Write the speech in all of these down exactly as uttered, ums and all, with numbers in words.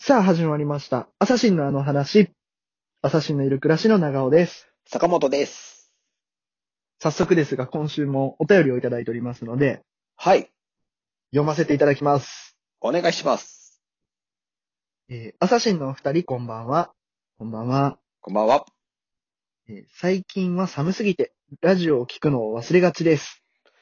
さあ始まりました。アサシンのあの話。アサシンのいる暮らしの長尾です。 坂本です。 早速ですが、今週もお便りをいただいておりますので、 はい。 読ませていただきます。 お願いします。 えー、アサシンのお二人、こんばんは。こんばんは。 こんばんは。 えー最近は寒すぎて、ラジオを聞くのを忘れがちです。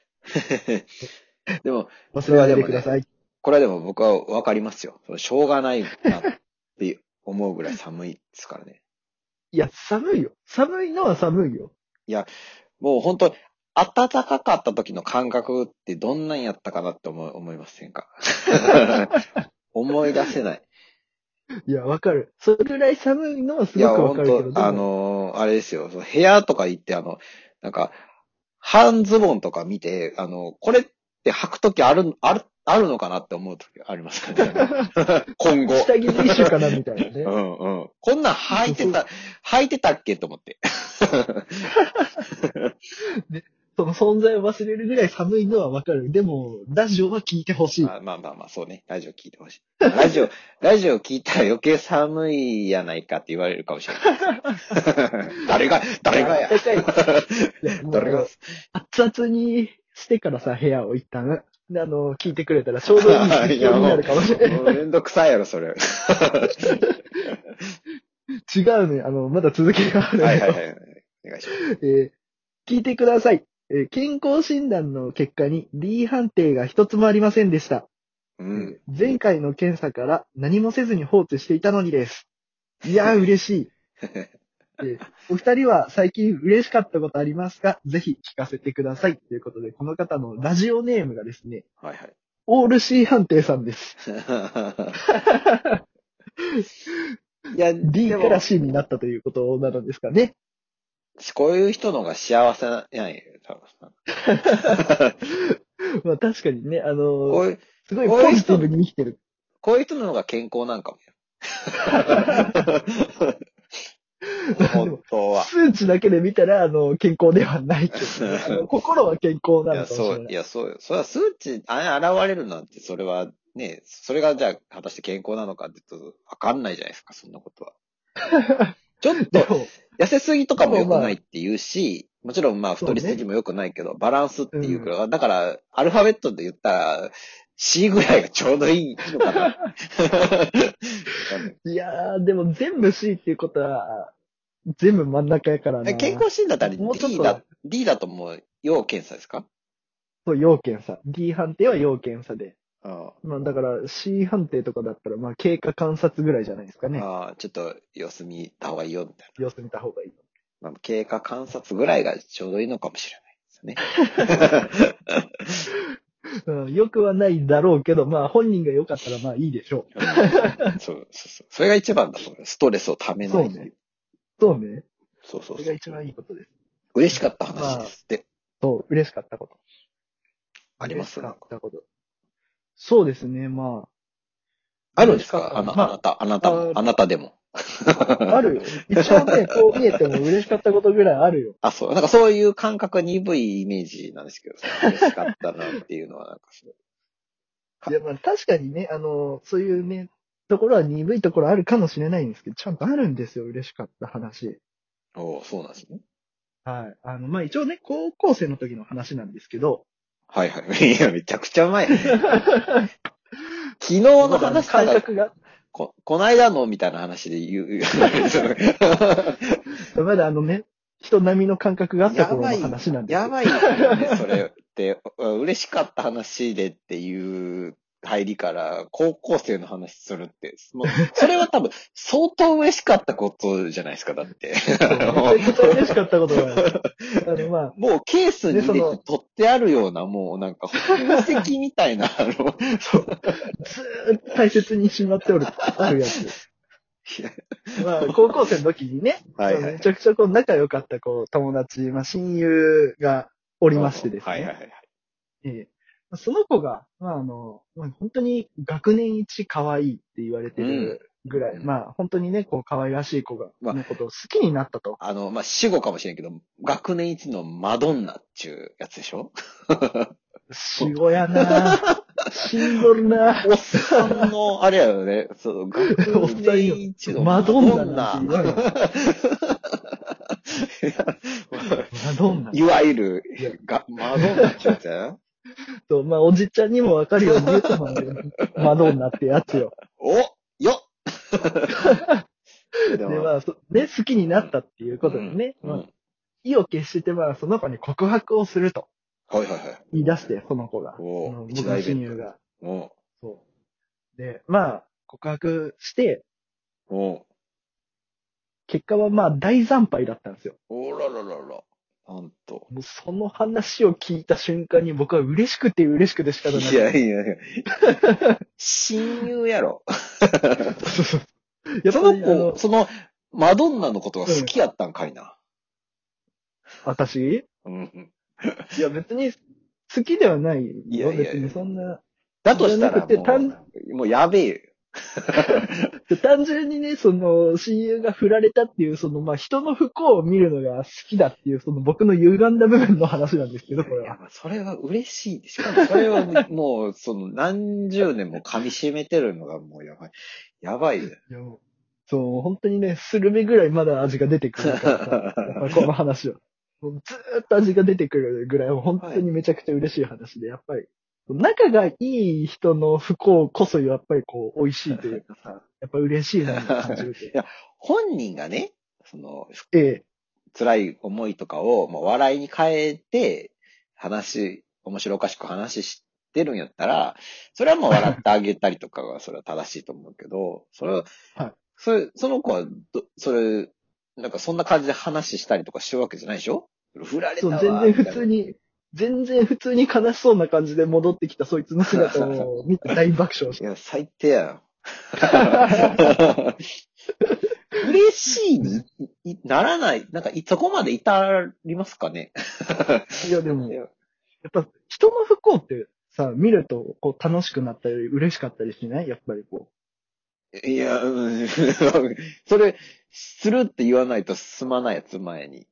でも、 忘れないでください。 これはでも僕はわかりますよ。そのしょうがないなって思うぐらい寒いですからね。 いや、寒いよ。寒いのは寒いよ。 もう本当暖かかった時の感覚ってどんなんやったかなって思い思いませんか？思い出せない。 いや、わかる。それぐらい寒いのはすいや、 ごくわ本かるけど、 当あのーあれですよ。その部屋とか行って、あの、なんか、半ズボンとか見て、あの、これって履くときある、ある、あるのかなって思うときありますよね。今後。 下着の一種かなみたいなね。 うんうん。こんなん履いてた、履いてたっけと思って。 その存在を忘れるぐらい寒いのはわかる。でも、ラジオは聞いてほしい。 あまあまあまあ、そうね。ラジオ聞いてほしい。ラジオ、ラジオ聞いたら余計寒いやないかって言われるかもしれない。誰が、誰がや。誰が。 熱々にしてからさ、部屋を一旦、で、あの、聞いてくれたらちょうどいい実況になるかもしれない。 めんどくさいやろ、それ。 違うね。あの、まだ続きがある。 はいはいはい。お願いします。 えー聞いてください。えー健康診断の結果に D 判定が一つもありませんでした。 うん。 えー前回の検査から何もせずに放置していたのにです。いやー、嬉しい。えーお二人は最近嬉しかったことありますか？ぜひ聞かせてください。ということで、この方のラジオネームがですね、 はいはい。 オール C 判定さんです。 いや、 D から C になったということなのですかね。 こういう人の方が幸せなんやん多分。 まあ確かにね、あのこういう、 すごいポジティブに生きてる。 こういう人の方が健康なんかもよ。本当は。 数値だけで見たら、あの、健康ではないけど、ね、あの心は健康なのかもしれない。 いや、そう、いや、そうよ。それは数値、あれ現れるなんて、それはね、それがじゃあ、果たして健康なのかって言うと、わかんないじゃないですか、そんなことは。ちょっと、痩せすぎとかも良くないって言うし、もちろんまあ太りすぎも良くないけど、バランスっていうから、だから、アルファベットで言ったら、C ぐらいがちょうどいいのかな。 いやー、でも全部 C っていうことは、全部真ん中やからな。 健康診断だったらもうちょっ D とだ、D だともう要検査ですか？ そう、要検査。D 判定は要検査で。 あまあだから C 判定とかだったら、まあ経過観察ぐらいじゃないですかね。 あ、ちょっと様子見た方がいいよ、みたいな。 様子見た方がいい。 まあ、経過観察ぐらいがちょうどいいのかもしれないですね。 うん、よくはないだろうけど、まあ本人が良かったらまあいいでしょう。 そうそうそう。それが一番だと思う。ストレスをためない。 そうね。そうね。 そうそうそう。 それが一番いいことです。 嬉しかった話ですって。 そう、嬉しかったこと。 あります嬉しかったこと。そうですね、まあ。 あるんですか？あまな、あなた、あなたも、あなたでも。 あるよ。一応ね、こう見えても嬉しかったことぐらいあるよ。 あ、そう。なんかそういう感覚が鈍いイメージなんですけど、嬉しかったなっていうのはなんかそう。 いや、まあ確かにね、あの、そういうね、ところは鈍いところあるかもしれないんですけど、ちゃんとあるんですよ、嬉しかった話。 おそうなんですね。 はい。あの、まあ一応ね、高校生の時の話なんですけど。 はいはい。いや、めちゃくちゃ前。昨日の話感覚が。 こ、こないだのみたいな話で言う。 まだあのね、人並みの感覚があった頃の話なんですよ。 やばい、やばいよね、それって。嬉しかった話でっていう入りから、高校生の話するって、もうそれは多分、相当嬉しかったことじゃないですか、だって。めちゃくちゃ嬉しかったことがある。あの、まあ、 もうケースに入れて取ってあるような、もうなんか、宝石みたいな、あの、 そう。ずーっと大切にしまっておる、あるやつ。まあ、高校生の時にね、はいはいはい、めちゃくちゃこう仲良かったこう友達、まあ親友がおりましてですね。はいはいはい、えー、その子が、まああの、まあ、本当に学年一可愛いって言われてるぐらい、うん、まあ本当にね、こう可愛らしい子が、のことを好きになったと。 まあ、あの、まあ死後かもしれんけど、学年一のマドンナっていうやつでしょ？ 死後やなぁ。 死んどるな。 おっさんの、あれやよね。そう、学年一のマドンナなんて言わない。マドンナ。 いわゆる、がマドンナってやつやな。 そう、まあ、おじちゃんにもわかるように言うと、マドンナってやつよ。 およっで、まあ、ね、好きになったっていうことでね、うんうんまあ、意を決して、まあ、その子に告白をすると。 はいはいはい。 言い出して、その子が。 お僕の親友が。 おそう。で、まあ、告白して、 お結果はまあ、大惨敗だったんですよ。 おらららら。なんと。 もうその話を聞いた瞬間に僕は嬉しくて嬉しくて仕方ない。 いやいやいや。親友やろ。 そうそう。やっその子、その、マドンナのことが好きやったんかいな。 うん、私うん。 いや、別に好きではないよ。 いやいやいや別にそんな。 だとしたらもう、もうやべえよ。 単純にね、その、親友が振られたっていう、その、まあ、人の不幸を見るのが好きだっていう、その僕の歪んだ部分の話なんですけど、これは。 いや、それは嬉しい。しかもそれはもう、その、何十年も噛み締めてるのがもうやばい。やばいよ。 いやもうそう、本当にね、スルメぐらいまだ味が出てくるからさ、やっぱりこの話は。もうずーっと味が出てくるぐらい、本当にめちゃくちゃ嬉しい話で、やっぱり、仲がいい人の不幸こそやっぱりこう、美味しいというかさ、やっぱ嬉しいなと感じる。 いや、本人がね、その、 ええ、 辛い思いとかをもう笑いに変えて、話、面白おかしく話してるんやったら、それはもう笑ってあげたりとかが、それは正しいと思うけど、それは、はい、それ、その子はど、それ、なんかそんな感じで話したりとかしてるわけじゃないでしょ？振られたわ。 そう、全然普通に、全然普通に悲しそうな感じで戻ってきたそいつの姿を見て大爆笑した。 いや、最低やよ。嬉しいにならない、なんか、そこまで至りますかね。 いや、でも、やっぱ人の不幸ってさ、見るとこう楽しくなったり嬉しかったりしないやっぱりこう。いや、うん、それ、するって言わないと進まないやつ、前に。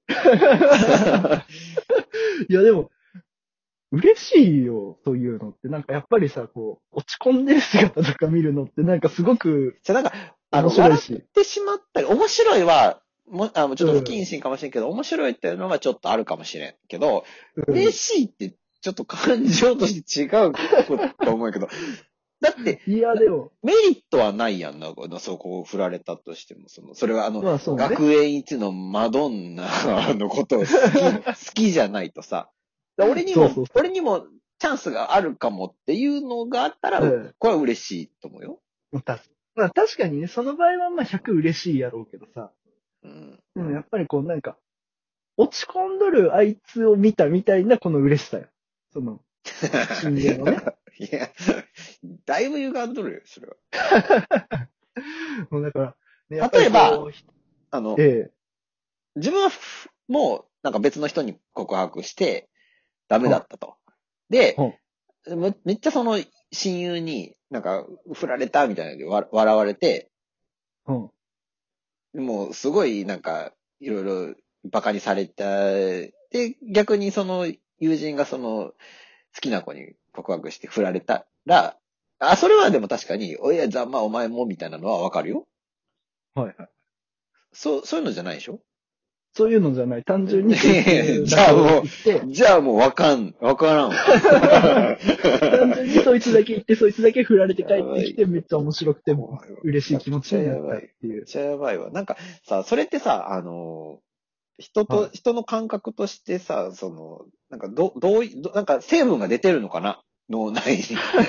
いや、でも、嬉しいよ、そういうのって。なんかやっぱりさ、こう、落ち込んでる姿とか見るのってなんかすごく、 じゃなんか、あの、笑ってしまったり、面白いは、もあちょっと不謹慎かもしれんけど、うん、面白いっていうのはちょっとあるかもしれんけど、うん、嬉しいってちょっと感情として違うと思うけど、だって、 いやでも、 メリットはないやんな、そこを振られたとしても、その、それはあの、まあそうね、学園一のマドンナのことを好き、好きじゃないとさ、俺にも、そうそうそう俺にもチャンスがあるかもっていうのがあったら、うん、これは嬉しいと思うよ。 まあ確かにね、その場合はまあひゃく嬉しいやろうけどさ。うん。でもやっぱりこうなんか、落ち込んどるあいつを見たみたいなこの嬉しさよ。その、親友のね。 いや、だいぶ歪んどるよ、それは。 もうだから、 ね、例えば、あの、 ええ、 自分はもうなんか別の人に告白してダメだったと。で、め, めっちゃその親友になんか振られたみたいなので笑われて、うん、もうすごいなんかいろいろバカにされた。で、逆にその友人がその好きな子に告白して振られたら、あ、それはでも確かに、おいや、ざまあお前もみたいなのはわかるよ。 はいはい。 そう、そういうのじゃないでしょ？ そういうのじゃない。単純に。 じゃあもう、じゃあもうわかん、わからんわ。 単純にそいつだけ言って、そいつだけ振られて帰ってきて、めっちゃ面白くて、嬉しい気持ちになったっていう。 めっちゃやばいわ。なんかさ、それってさ、あの、人と、はい、人の感覚としてさ、その、なんかど、どうい、なんか成分が出てるのかな脳内に。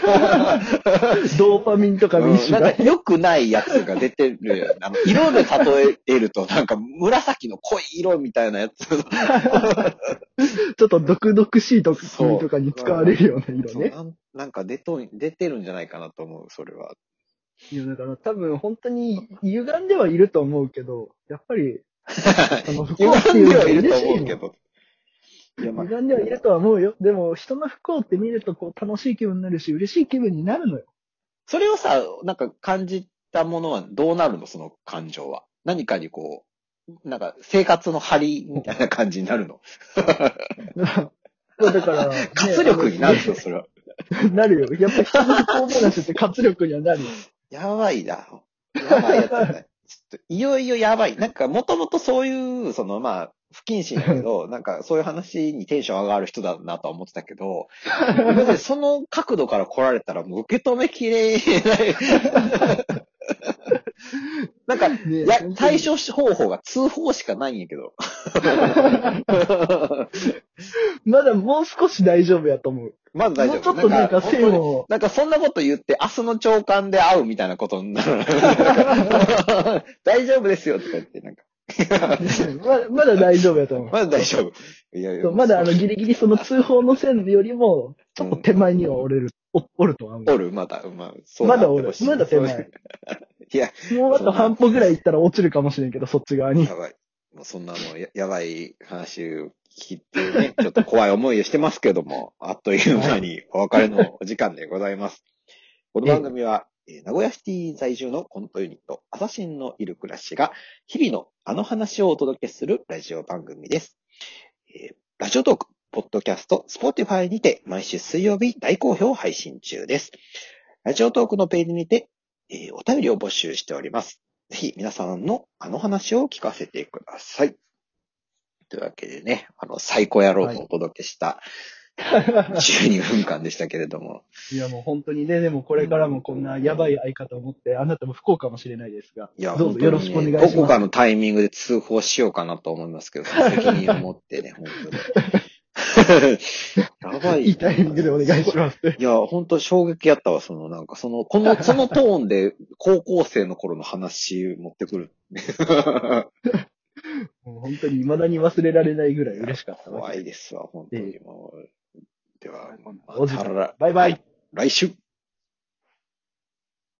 ドーパミンとか民主が、うん。なんか良くないやつが出てるよ。あの色で例えると、なんか紫の濃い色みたいなやつ。ちょっと毒々しい毒とかに使われるような色ね。 なん、なんか出と、出てるんじゃないかなと思う、それは。 いや、だから多分本当に歪んではいると思うけど、やっぱり、 あの、不幸っていうのはいると思うけど。 歪んではいるとは思うよ。でも、人の不幸って見ると、こう、楽しい気分になるし、嬉しい気分になるのよ。 それをさ、なんか感じたものはどうなるの？その感情は。何かにこう、なんか生活の張りみたいな感じになるの？ だから、 活力になるの、それは。 なるよ。やっぱ人の不幸話って活力にはなるよ。 やばいな。やばいやつだね。ちょっと、いよいよやばい。なんか、もともとそういう、その、まあ、不謹慎だけど、なんか、そういう話にテンション上がる人だなとは思ってたけど、その角度から来られたら、もう受け止めきれない。なんか、ね、や、対処方法が通報しかないんやけど。 まだもう少し大丈夫やと思う。 まだ大丈夫。 もうちょっとなんか線を。 なんかそんなこと言って、明日の朝刊で会うみたいなことになる。大丈夫ですよとか言って、なんか。 ま, まだ大丈夫やと思う。 まだ大丈夫。 いやいやまだあのギリギリその通報の線よりも、ちょっと手前には折れる、うん、お, おるとは思う。 おる、まだ、まあ、 そうまだおる。まだ手前。 いや、 もうあと半歩ぐらい行ったら落ちるかもしれんけど、そっち側に。 やばい。もうそんなもうや、やばい話を聞いてね、ちょっと怖い思いをしてますけども、あっという間にお別れのお時間でございます。この番組は、えー、名古屋シティ在住のコントユニット、アサシンのいる暮らしが、日々のあの話をお届けするラジオ番組です。えー、ラジオトーク、ポッドキャスト、スポティファイにて毎週水曜日大好評配信中です。ラジオトークのページにて、えー、お便りを募集しております。ぜひ皆さんのあの話を聞かせてください。というわけでね、あの、最高野郎とお届けした、はい、じゅうにふんかんでしたけれども。 いやもう本当にね、でもこれからもこんなやばい相方を持って、あなたも不幸かもしれないですが、いやどうぞよろしくお願いします。 どこかのタイミングで通報しようかなと思いますけど、責任を持ってね、本当に。やばい。 いいタイミングでお願いします。 いや、本当衝撃やったわ、その、なんか、その、この、そのトーンで、高校生の頃の話持ってくる。 もう本当に未だに忘れられないぐらい嬉しかった。 怖いですわ、本当にもう。では、 またバイバイ。 来週。